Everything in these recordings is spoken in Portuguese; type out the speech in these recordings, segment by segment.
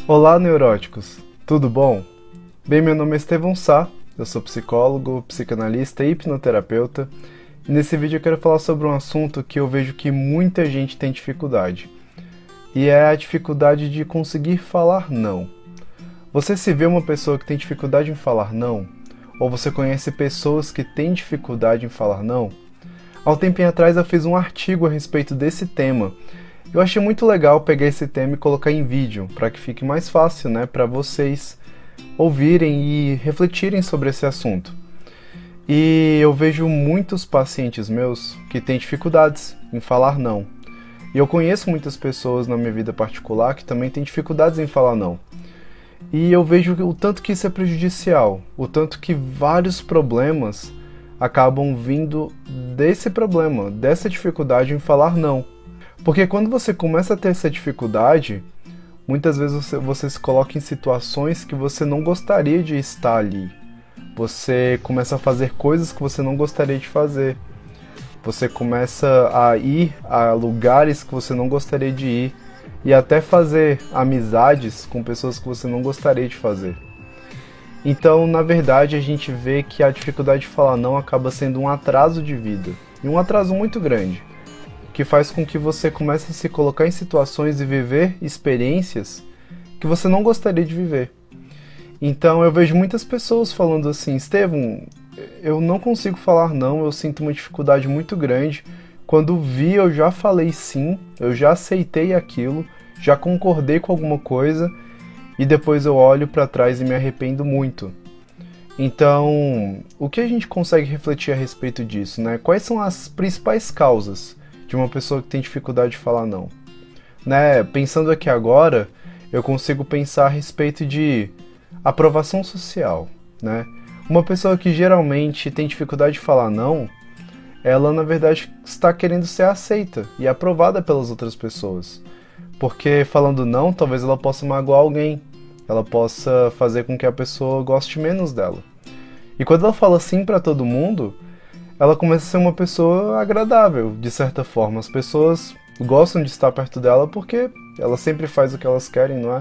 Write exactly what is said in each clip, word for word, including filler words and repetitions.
Olá, neuróticos! Tudo bom? Bem, meu nome é Estevão Sá, eu sou psicólogo, psicanalista e hipnoterapeuta, e nesse vídeo eu quero falar sobre um assunto que eu vejo que muita gente tem dificuldade, e é a dificuldade de conseguir falar não. Você se vê uma pessoa que tem dificuldade em falar não? Ou você conhece pessoas que têm dificuldade em falar não? Há um tempinho atrás eu fiz um artigo a respeito desse tema. Eu achei muito legal pegar esse tema e colocar em vídeo, para que fique mais fácil, né, para vocês ouvirem e refletirem sobre esse assunto. E eu vejo muitos pacientes meus que têm dificuldades em falar não. E eu conheço muitas pessoas na minha vida particular que também têm dificuldades em falar não. E eu vejo o tanto que isso é prejudicial, o tanto que vários problemas acabam vindo desse problema, dessa dificuldade em falar não. Porque quando você começa a ter essa dificuldade, muitas vezes você, você se coloca em situações que você não gostaria de estar ali. Você começa a fazer coisas que você não gostaria de fazer. Você começa a ir a lugares que você não gostaria de ir. E até fazer amizades com pessoas que você não gostaria de fazer. Então, na verdade, a gente vê que a dificuldade de falar não acaba sendo um atraso de vida. E um atraso muito grande, que faz com que você comece a se colocar em situações e viver experiências que você não gostaria de viver. Então, eu vejo muitas pessoas falando assim: Estevão, eu não consigo falar não, eu sinto uma dificuldade muito grande. Quando vi, eu já falei sim, eu já aceitei aquilo, já concordei com alguma coisa e depois eu olho para trás e me arrependo muito. Então, o que a gente consegue refletir a respeito disso, né? Quais são as principais causas de uma pessoa que tem dificuldade de falar não? Né? Pensando aqui agora, eu consigo pensar a respeito de aprovação social, né? Uma pessoa que geralmente tem dificuldade de falar não, ela na verdade está querendo ser aceita e aprovada pelas outras pessoas. Porque falando não, talvez ela possa magoar alguém, ela possa fazer com que a pessoa goste menos dela. E quando ela fala sim para todo mundo, ela começa a ser uma pessoa agradável, de certa forma. As pessoas gostam de estar perto dela porque ela sempre faz o que elas querem, não é?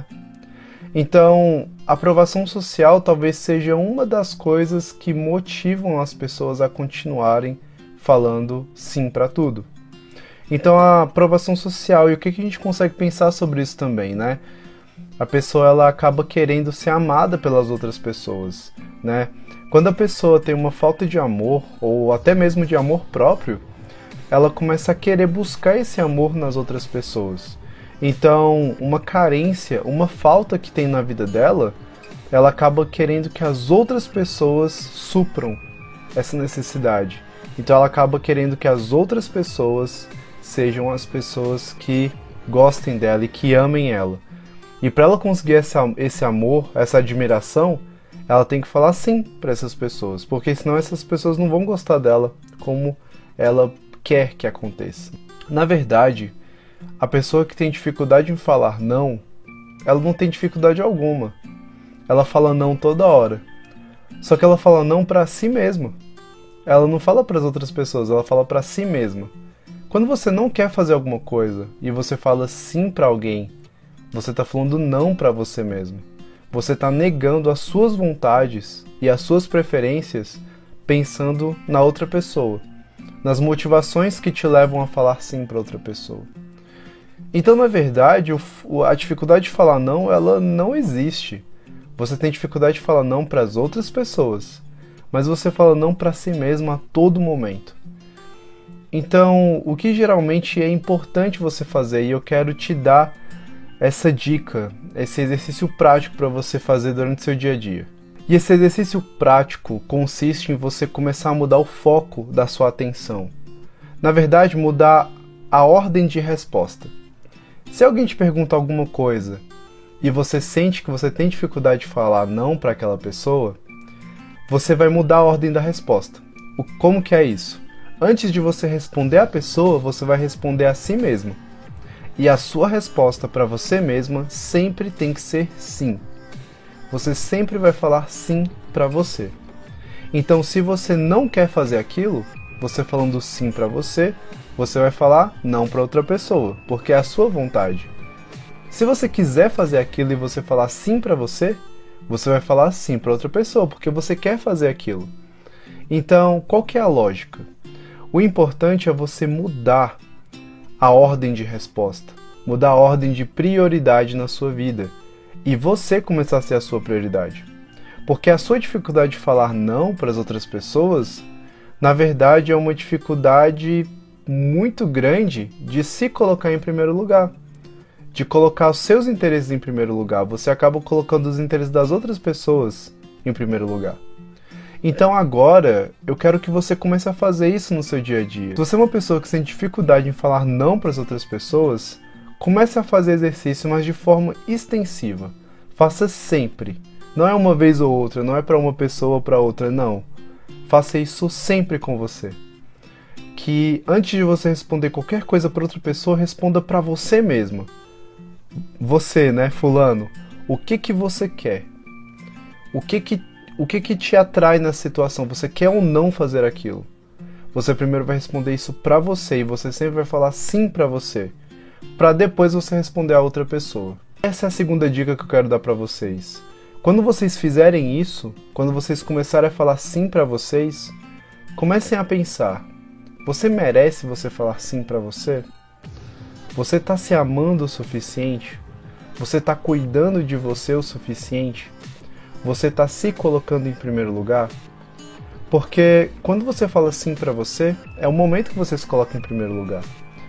Então, a aprovação social talvez seja uma das coisas que motivam as pessoas a continuarem falando sim para tudo. Então a aprovação social, e o que a gente consegue pensar sobre isso também, né? A pessoa ela acaba querendo ser amada pelas outras pessoas, né? Quando a pessoa tem uma falta de amor, ou até mesmo de amor próprio, ela começa a querer buscar esse amor nas outras pessoas. Então, uma carência, uma falta que tem na vida dela, ela acaba querendo que as outras pessoas supram essa necessidade. Então ela acaba querendo que as outras pessoas sejam as pessoas que gostem dela e que amem ela. E para ela conseguir essa, esse amor, essa admiração, ela tem que falar sim para essas pessoas, porque senão essas pessoas não vão gostar dela como ela quer que aconteça. Na verdade, a pessoa que tem dificuldade em falar não, ela não tem dificuldade alguma. Ela fala não toda hora. Só que ela fala não para si mesma. Ela não fala para as outras pessoas, ela fala para si mesma. Quando você não quer fazer alguma coisa e você fala sim para alguém, você está falando não para você mesmo. Você está negando as suas vontades e as suas preferências pensando na outra pessoa, nas motivações que te levam a falar sim para outra pessoa. Então, na verdade, a dificuldade de falar não, ela não existe. Você tem dificuldade de falar não para as outras pessoas, mas você fala não para si mesmo a todo momento. Então, o que geralmente é importante você fazer, e eu quero te dar essa dica, esse exercício prático para você fazer durante o seu dia a dia. E esse exercício prático consiste em você começar a mudar o foco da sua atenção. Na verdade, mudar a ordem de resposta. Se alguém te pergunta alguma coisa e você sente que você tem dificuldade de falar não para aquela pessoa, você vai mudar a ordem da resposta. O, como que é isso? Antes de você responder à pessoa, você vai responder a si mesmo. E a sua resposta para você mesma sempre tem que ser sim. Você sempre vai falar sim para você. Então, se você não quer fazer aquilo, você falando sim para você, você vai falar não para outra pessoa, porque é a sua vontade. Se você quiser fazer aquilo e você falar sim para você, você vai falar sim para outra pessoa, porque você quer fazer aquilo. Então, qual que é a lógica? O importante é você mudar a ordem de resposta, mudar a ordem de prioridade na sua vida e você começar a ser a sua prioridade. Porque a sua dificuldade de falar não para as outras pessoas, na verdade, é uma dificuldade muito grande de se colocar em primeiro lugar, de colocar os seus interesses em primeiro lugar. Você acaba colocando os interesses das outras pessoas em primeiro lugar. Então agora, eu quero que você comece a fazer isso no seu dia a dia. Se você é uma pessoa que sente dificuldade em falar não para as outras pessoas, comece a fazer exercício, mas de forma extensiva. Faça sempre. Não é uma vez ou outra, não é para uma pessoa ou para outra, não. Faça isso sempre com você. Que antes de você responder qualquer coisa para outra pessoa, responda para você mesmo. Você, né, fulano, o que que você quer? O que que, o que que te atrai na situação? Você quer ou não fazer aquilo? Você primeiro vai responder isso para você e você sempre vai falar sim para você, para depois você responder a outra pessoa. Essa é a segunda dica que eu quero dar para vocês. Quando vocês fizerem isso, quando vocês começarem a falar sim para vocês, comecem a pensar: você merece você falar sim para você? Você está se amando o suficiente? Você está cuidando de você o suficiente? Você está se colocando em primeiro lugar? Porque quando você fala sim para você, é o momento que você se coloca em primeiro lugar.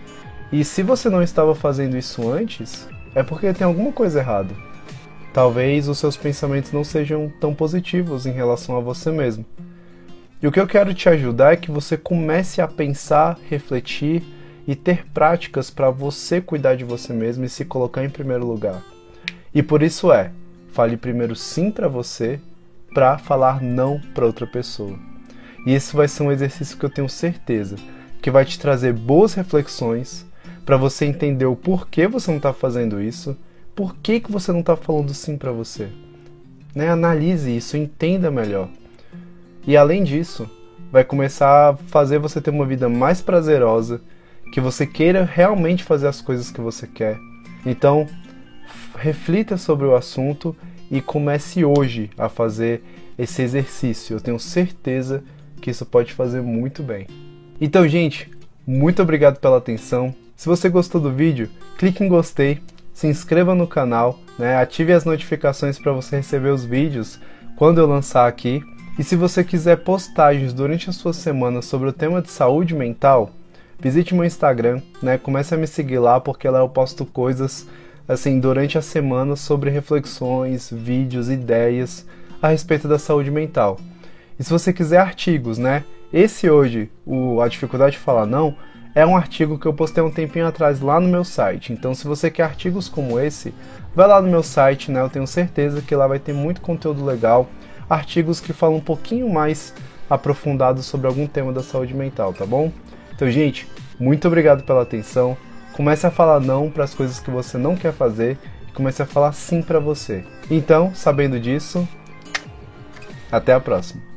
E se você não estava fazendo isso antes, é porque tem alguma coisa errada. Talvez os seus pensamentos não sejam tão positivos em relação a você mesmo. E o que eu quero te ajudar é que você comece a pensar, refletir e ter práticas para você cuidar de você mesmo e se colocar em primeiro lugar. E por isso é, fale primeiro sim para você, para falar não para outra pessoa. E esse vai ser um exercício que eu tenho certeza que vai te trazer boas reflexões para você entender o porquê você não está fazendo isso, por que que você não está falando sim para você. Né? Analise isso, entenda melhor. E além disso, vai começar a fazer você ter uma vida mais prazerosa, que você queira realmente fazer as coisas que você quer. Então, reflita sobre o assunto e comece hoje a fazer esse exercício. Eu tenho certeza que isso pode fazer muito bem. Então, gente, muito obrigado pela atenção. Se você gostou do vídeo, clique em gostei, se inscreva no canal, né? Ative as notificações para você receber os vídeos quando eu lançar aqui. E se você quiser postagens durante a sua semana sobre o tema de saúde mental, visite meu Instagram, né? Comece a me seguir lá, porque lá eu posto coisas assim durante a semana sobre reflexões, vídeos, ideias a respeito da saúde mental. E se você quiser artigos, né? Esse hoje, o A Dificuldade de Falar Não, é um artigo que eu postei um tempinho atrás lá no meu site. Então, se você quer artigos como esse, vai lá no meu site, né? Eu tenho certeza que lá vai ter muito conteúdo legal, artigos que falam um pouquinho mais aprofundado sobre algum tema da saúde mental, tá bom? Então, gente, muito obrigado pela atenção. Comece a falar não para as coisas que você não quer fazer e comece a falar sim para você. Então, sabendo disso, até a próxima.